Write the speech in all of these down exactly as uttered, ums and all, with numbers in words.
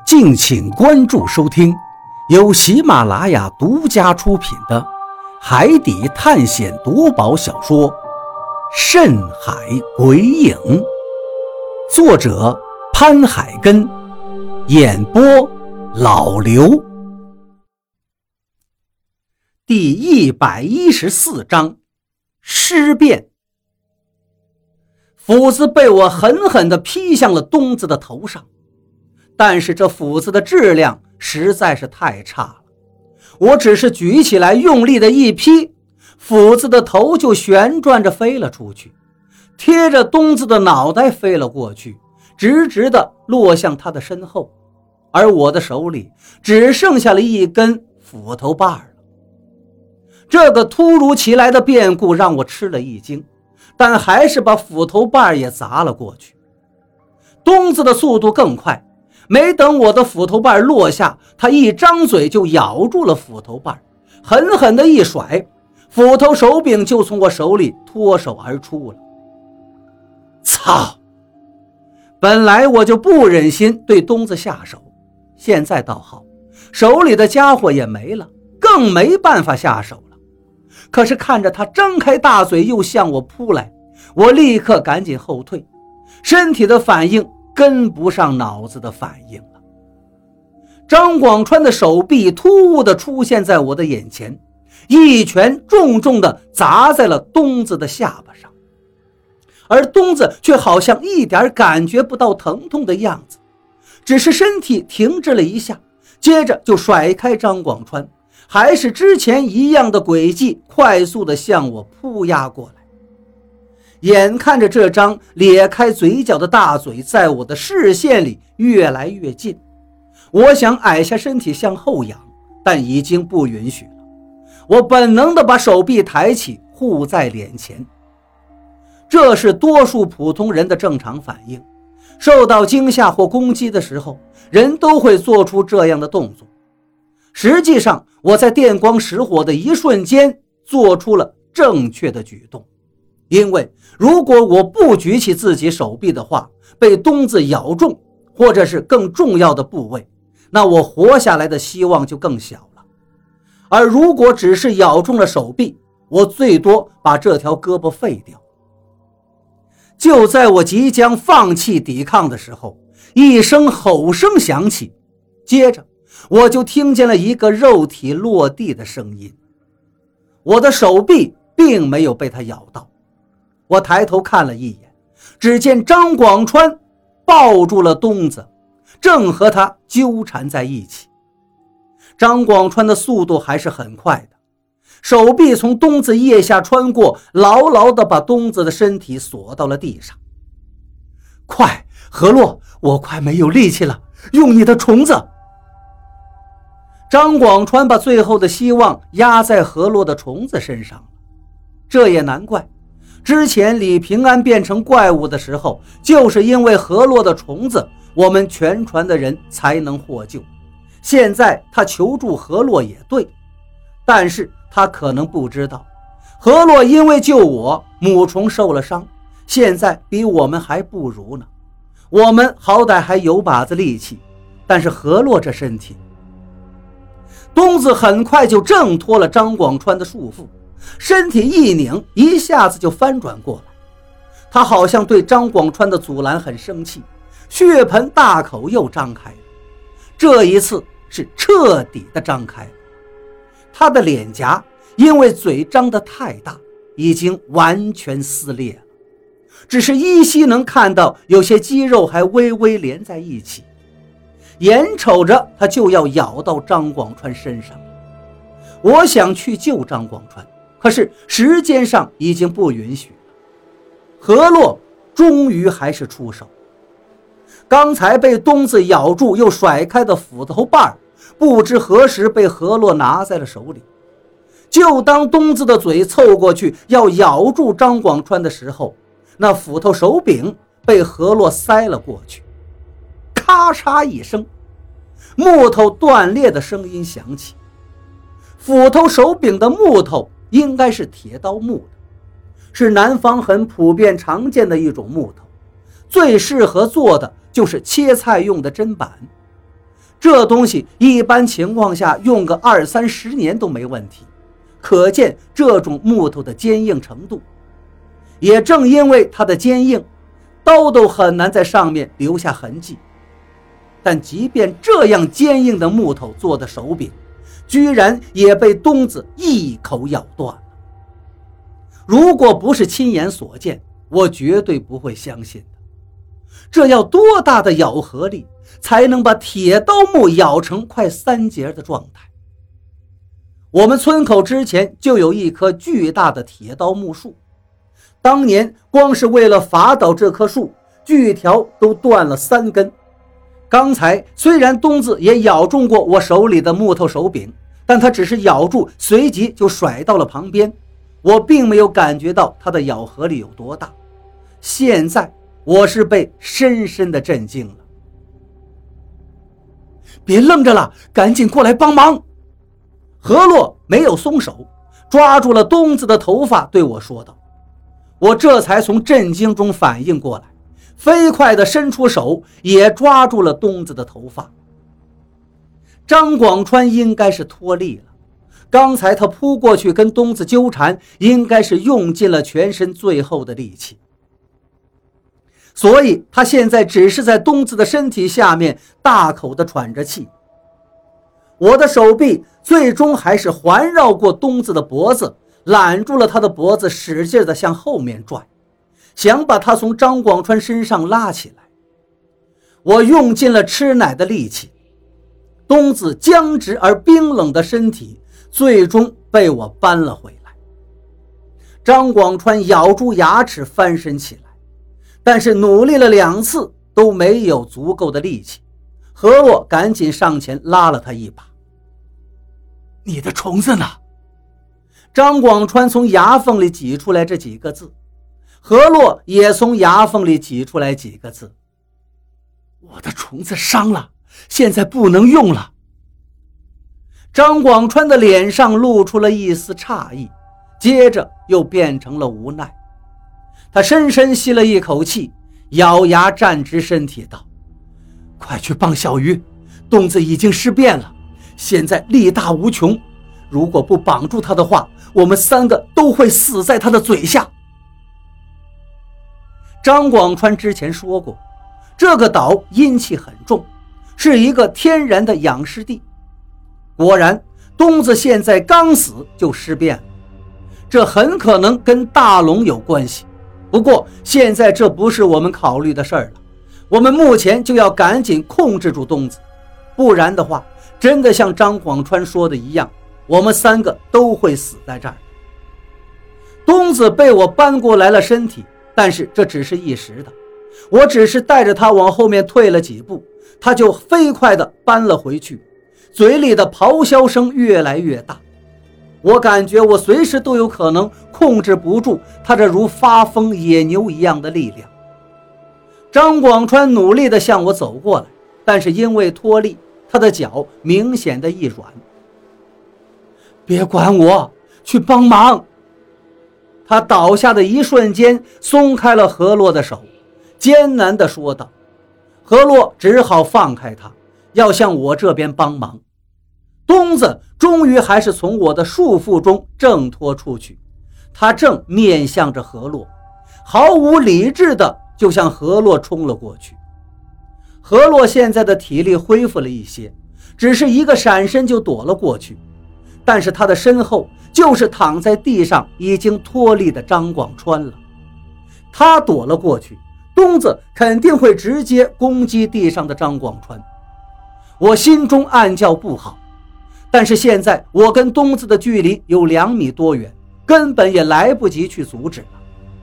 敬请关注收听，由喜马拉雅独家出品的海底探险夺宝小说《深海鬼影》，作者潘海根，演播老刘。第一百一十四章尸变。斧子被我狠狠地劈向了东子的头上，但是这斧子的质量实在是太差了，我只是举起来用力的一劈，斧子的头就旋转着飞了出去，贴着东子的脑袋飞了过去，直直地落向他的身后，而我的手里只剩下了一根斧头把了。这个突如其来的变故让我吃了一惊，但还是把斧头把也砸了过去。东子的速度更快，没等我的斧头把落下，他一张嘴就咬住了斧头把，狠狠地一甩，斧头手柄就从我手里脱手而出了。操！本来我就不忍心对东子下手，现在倒好，手里的家伙也没了，更没办法下手了。可是看着他张开大嘴又向我扑来，我立刻赶紧后退，身体的反应跟不上脑子的反应了。张广川的手臂突兀地出现在我的眼前，一拳重重地砸在了东子的下巴上，而东子却好像一点感觉不到疼痛的样子，只是身体停滞了一下，接着就甩开张广川，还是之前一样的轨迹，快速地向我扑压过来。眼看着这张咧开嘴角的大嘴在我的视线里越来越近，我想矮下身体向后仰，但已经不允许了。我本能地把手臂抬起护在脸前，这是多数普通人的正常反应，受到惊吓或攻击的时候，人都会做出这样的动作。实际上我在电光石火的一瞬间做出了正确的举动，因为如果我不举起自己手臂的话，被东子咬中，或者是更重要的部位，那我活下来的希望就更小了。而如果只是咬中了手臂，我最多把这条胳膊废掉。就在我即将放弃抵抗的时候，一声吼声响起，接着我就听见了一个肉体落地的声音。我的手臂并没有被他咬到，我抬头看了一眼，只见张广川抱住了东子，正和他纠缠在一起。张广川的速度还是很快的，手臂从东子腋下穿过，牢牢地把东子的身体锁到了地上。快，何洛，我快没有力气了，用你的虫子。张广川把最后的希望压在何洛的虫子身上了。这也难怪，之前李平安变成怪物的时候，就是因为何洛的虫子，我们全船的人才能获救。现在他求助何洛也对，但是他可能不知道，何洛因为救我，母虫受了伤，现在比我们还不如呢。我们好歹还有把子力气，但是何洛这身体……东子很快就挣脱了张广川的束缚，身体一拧，一下子就翻转过来。他好像对张广川的阻拦很生气，血盆大口又张开了，这一次是彻底的张开了。他的脸颊因为嘴张得太大，已经完全撕裂了，只是依稀能看到有些肌肉还微微连在一起，眼瞅着他就要咬到张广川身上了。我想去救张广川，可是时间上已经不允许了。何洛终于还是出手，刚才被东子咬住又甩开的斧头把，不知何时被何洛拿在了手里。就当东子的嘴凑过去要咬住张广川的时候，那斧头手柄被何洛塞了过去。咔嚓一声，木头断裂的声音响起。斧头手柄的木头应该是铁刀木的，是南方很普遍常见的一种木头，最适合做的就是切菜用的砧板。 这东西一般情况下用个二三十年都没问题，可见这种木头的坚硬程度。也正因为它的坚硬，刀都很难在上面留下痕迹。但即便这样坚硬的木头做的手柄，居然也被东子一口咬断了。如果不是亲眼所见，我绝对不会相信的。这要多大的咬合力，才能把铁刀木咬成快三节的状态？我们村口之前就有一棵巨大的铁刀木树，当年光是为了伐倒这棵树，锯条都断了三根。刚才虽然东子也咬中过我手里的木头手柄，但他只是咬住，随即就甩到了旁边，我并没有感觉到它的咬合力有多大。现在我是被深深的震惊了。别愣着了，赶紧过来帮忙！何洛没有松手，抓住了东子的头发对我说道。我这才从震惊中反应过来，飞快地伸出手，也抓住了东子的头发。张广川应该是脱力了，刚才他扑过去跟东子纠缠，应该是用尽了全身最后的力气，所以他现在只是在东子的身体下面大口地喘着气。我的手臂最终还是环绕过东子的脖子，揽住了他的脖子，使劲地向后面拽，想把他从张广川身上拉起来。我用尽了吃奶的力气，东子僵直而冰冷的身体最终被我搬了回来。张广川咬住牙齿翻身起来，但是努力了两次都没有足够的力气。何洛赶紧上前拉了他一把。你的虫子呢？张广川从牙缝里挤出来这几个字，何洛也从牙缝里挤出来几个字。我的虫子伤了，现在不能用了。张广川的脸上露出了一丝诧异，接着又变成了无奈。他深深吸了一口气，咬牙站直身体道：快去帮小鱼，东子已经尸变了，现在力大无穷，如果不绑住他的话，我们三个都会死在他的嘴下。张广川之前说过，这个岛阴气很重，是一个天然的养尸地。果然，东子现在刚死就尸变了，这很可能跟大龙有关系。不过现在这不是我们考虑的事儿了，我们目前就要赶紧控制住东子，不然的话，真的像张广川说的一样，我们三个都会死在这儿。东子被我搬过来了身体，但是这只是一时的，我只是带着他往后面退了几步，他就飞快地搬了回去，嘴里的咆哮声越来越大。我感觉我随时都有可能控制不住他这如发疯野牛一样的力量。张广川努力地向我走过来，但是因为脱力，他的脚明显的一软。别管我，去帮忙！他倒下的一瞬间松开了何洛的手，艰难地说道。何洛只好放开他，要向我这边帮忙。东子终于还是从我的束缚中挣脱出去，他正面向着何洛，毫无理智的就向何洛冲了过去。何洛现在的体力恢复了一些，只是一个闪身就躲了过去，但是他的身后就是躺在地上已经脱力的张广川了。他躲了过去，东子肯定会直接攻击地上的张广川。我心中暗叫不好，但是现在我跟东子的距离有两米多远，根本也来不及去阻止了。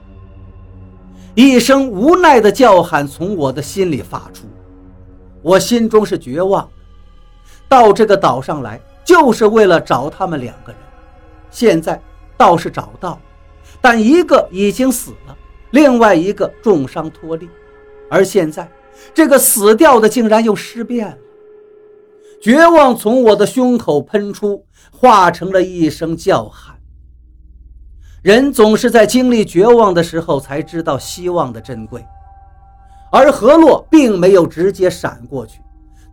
一声无奈的叫喊从我的心里发出，我心中是绝望的。到这个岛上来就是为了找他们两个人，现在倒是找到，但一个已经死了，另外一个重伤脱力，而现在这个死掉的竟然又尸变了。绝望从我的胸口喷出，化成了一声叫喊。人总是在经历绝望的时候才知道希望的珍贵，而何洛并没有直接闪过去，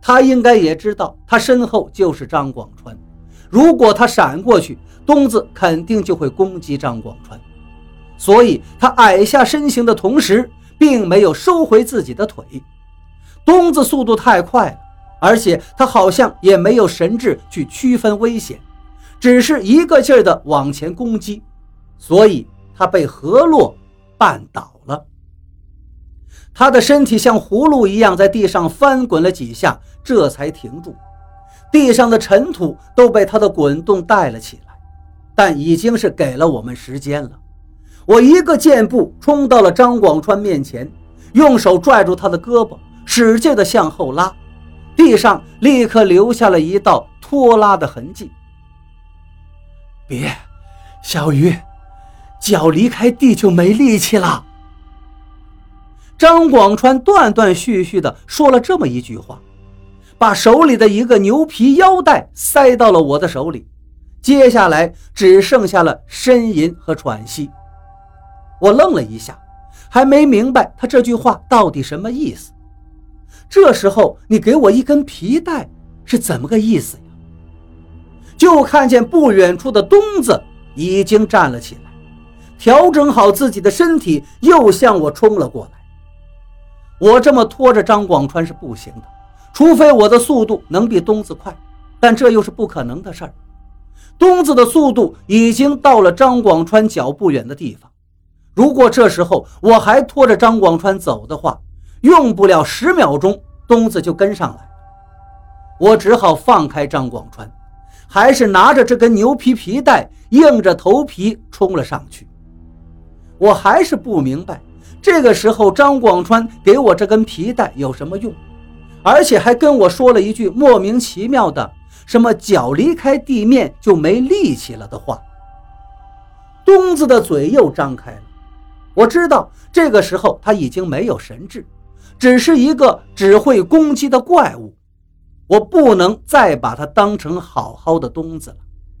他应该也知道他身后就是张广川，如果他闪过去，东子肯定就会攻击张广川，所以他矮下身形的同时并没有收回自己的腿。东子速度太快了，而且他好像也没有神智去区分危险，只是一个劲儿地往前攻击，所以他被何洛绊倒了。他的身体像葫芦一样在地上翻滚了几下，这才停住。地上的尘土都被他的滚动带了起来，但已经是给了我们时间了。我一个箭步冲到了张广川面前，用手拽住他的胳膊，使劲地向后拉，地上立刻留下了一道拖拉的痕迹。别，小鱼，脚离开地就没力气了。张广川断断续续地说了这么一句话，把手里的一个牛皮腰带塞到了我的手里，接下来只剩下了呻吟和喘息。我愣了一下，还没明白他这句话到底什么意思。这时候你给我一根皮带是怎么个意思呀？就看见不远处的东子已经站了起来，调整好自己的身体，又向我冲了过来。我这么拖着张广川是不行的，除非我的速度能比东子快，但这又是不可能的事儿。东子的速度已经到了张广川脚不远的地方，如果这时候我还拖着张广川走的话，用不了十秒钟，东子就跟上来。我只好放开张广川，还是拿着这根牛皮皮带，硬着头皮冲了上去。我还是不明白，这个时候张广川给我这根皮带有什么用，而且还跟我说了一句莫名其妙的什么脚离开地面就没力气了的话。东子的嘴又张开了，我知道这个时候他已经没有神智，只是一个只会攻击的怪物，我不能再把他当成好好的东子了。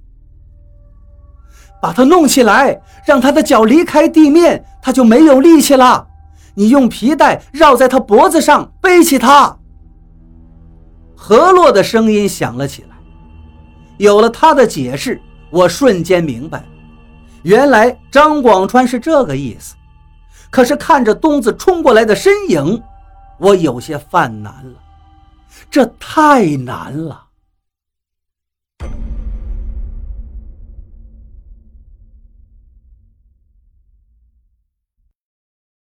把他弄起来，让他的脚离开地面，他就没有力气了。你用皮带绕在他脖子上，背起他。何洛的声音响了起来。有了他的解释，我瞬间明白了，原来张广川是这个意思。可是看着东子冲过来的身影，我有些犯难了，这太难了。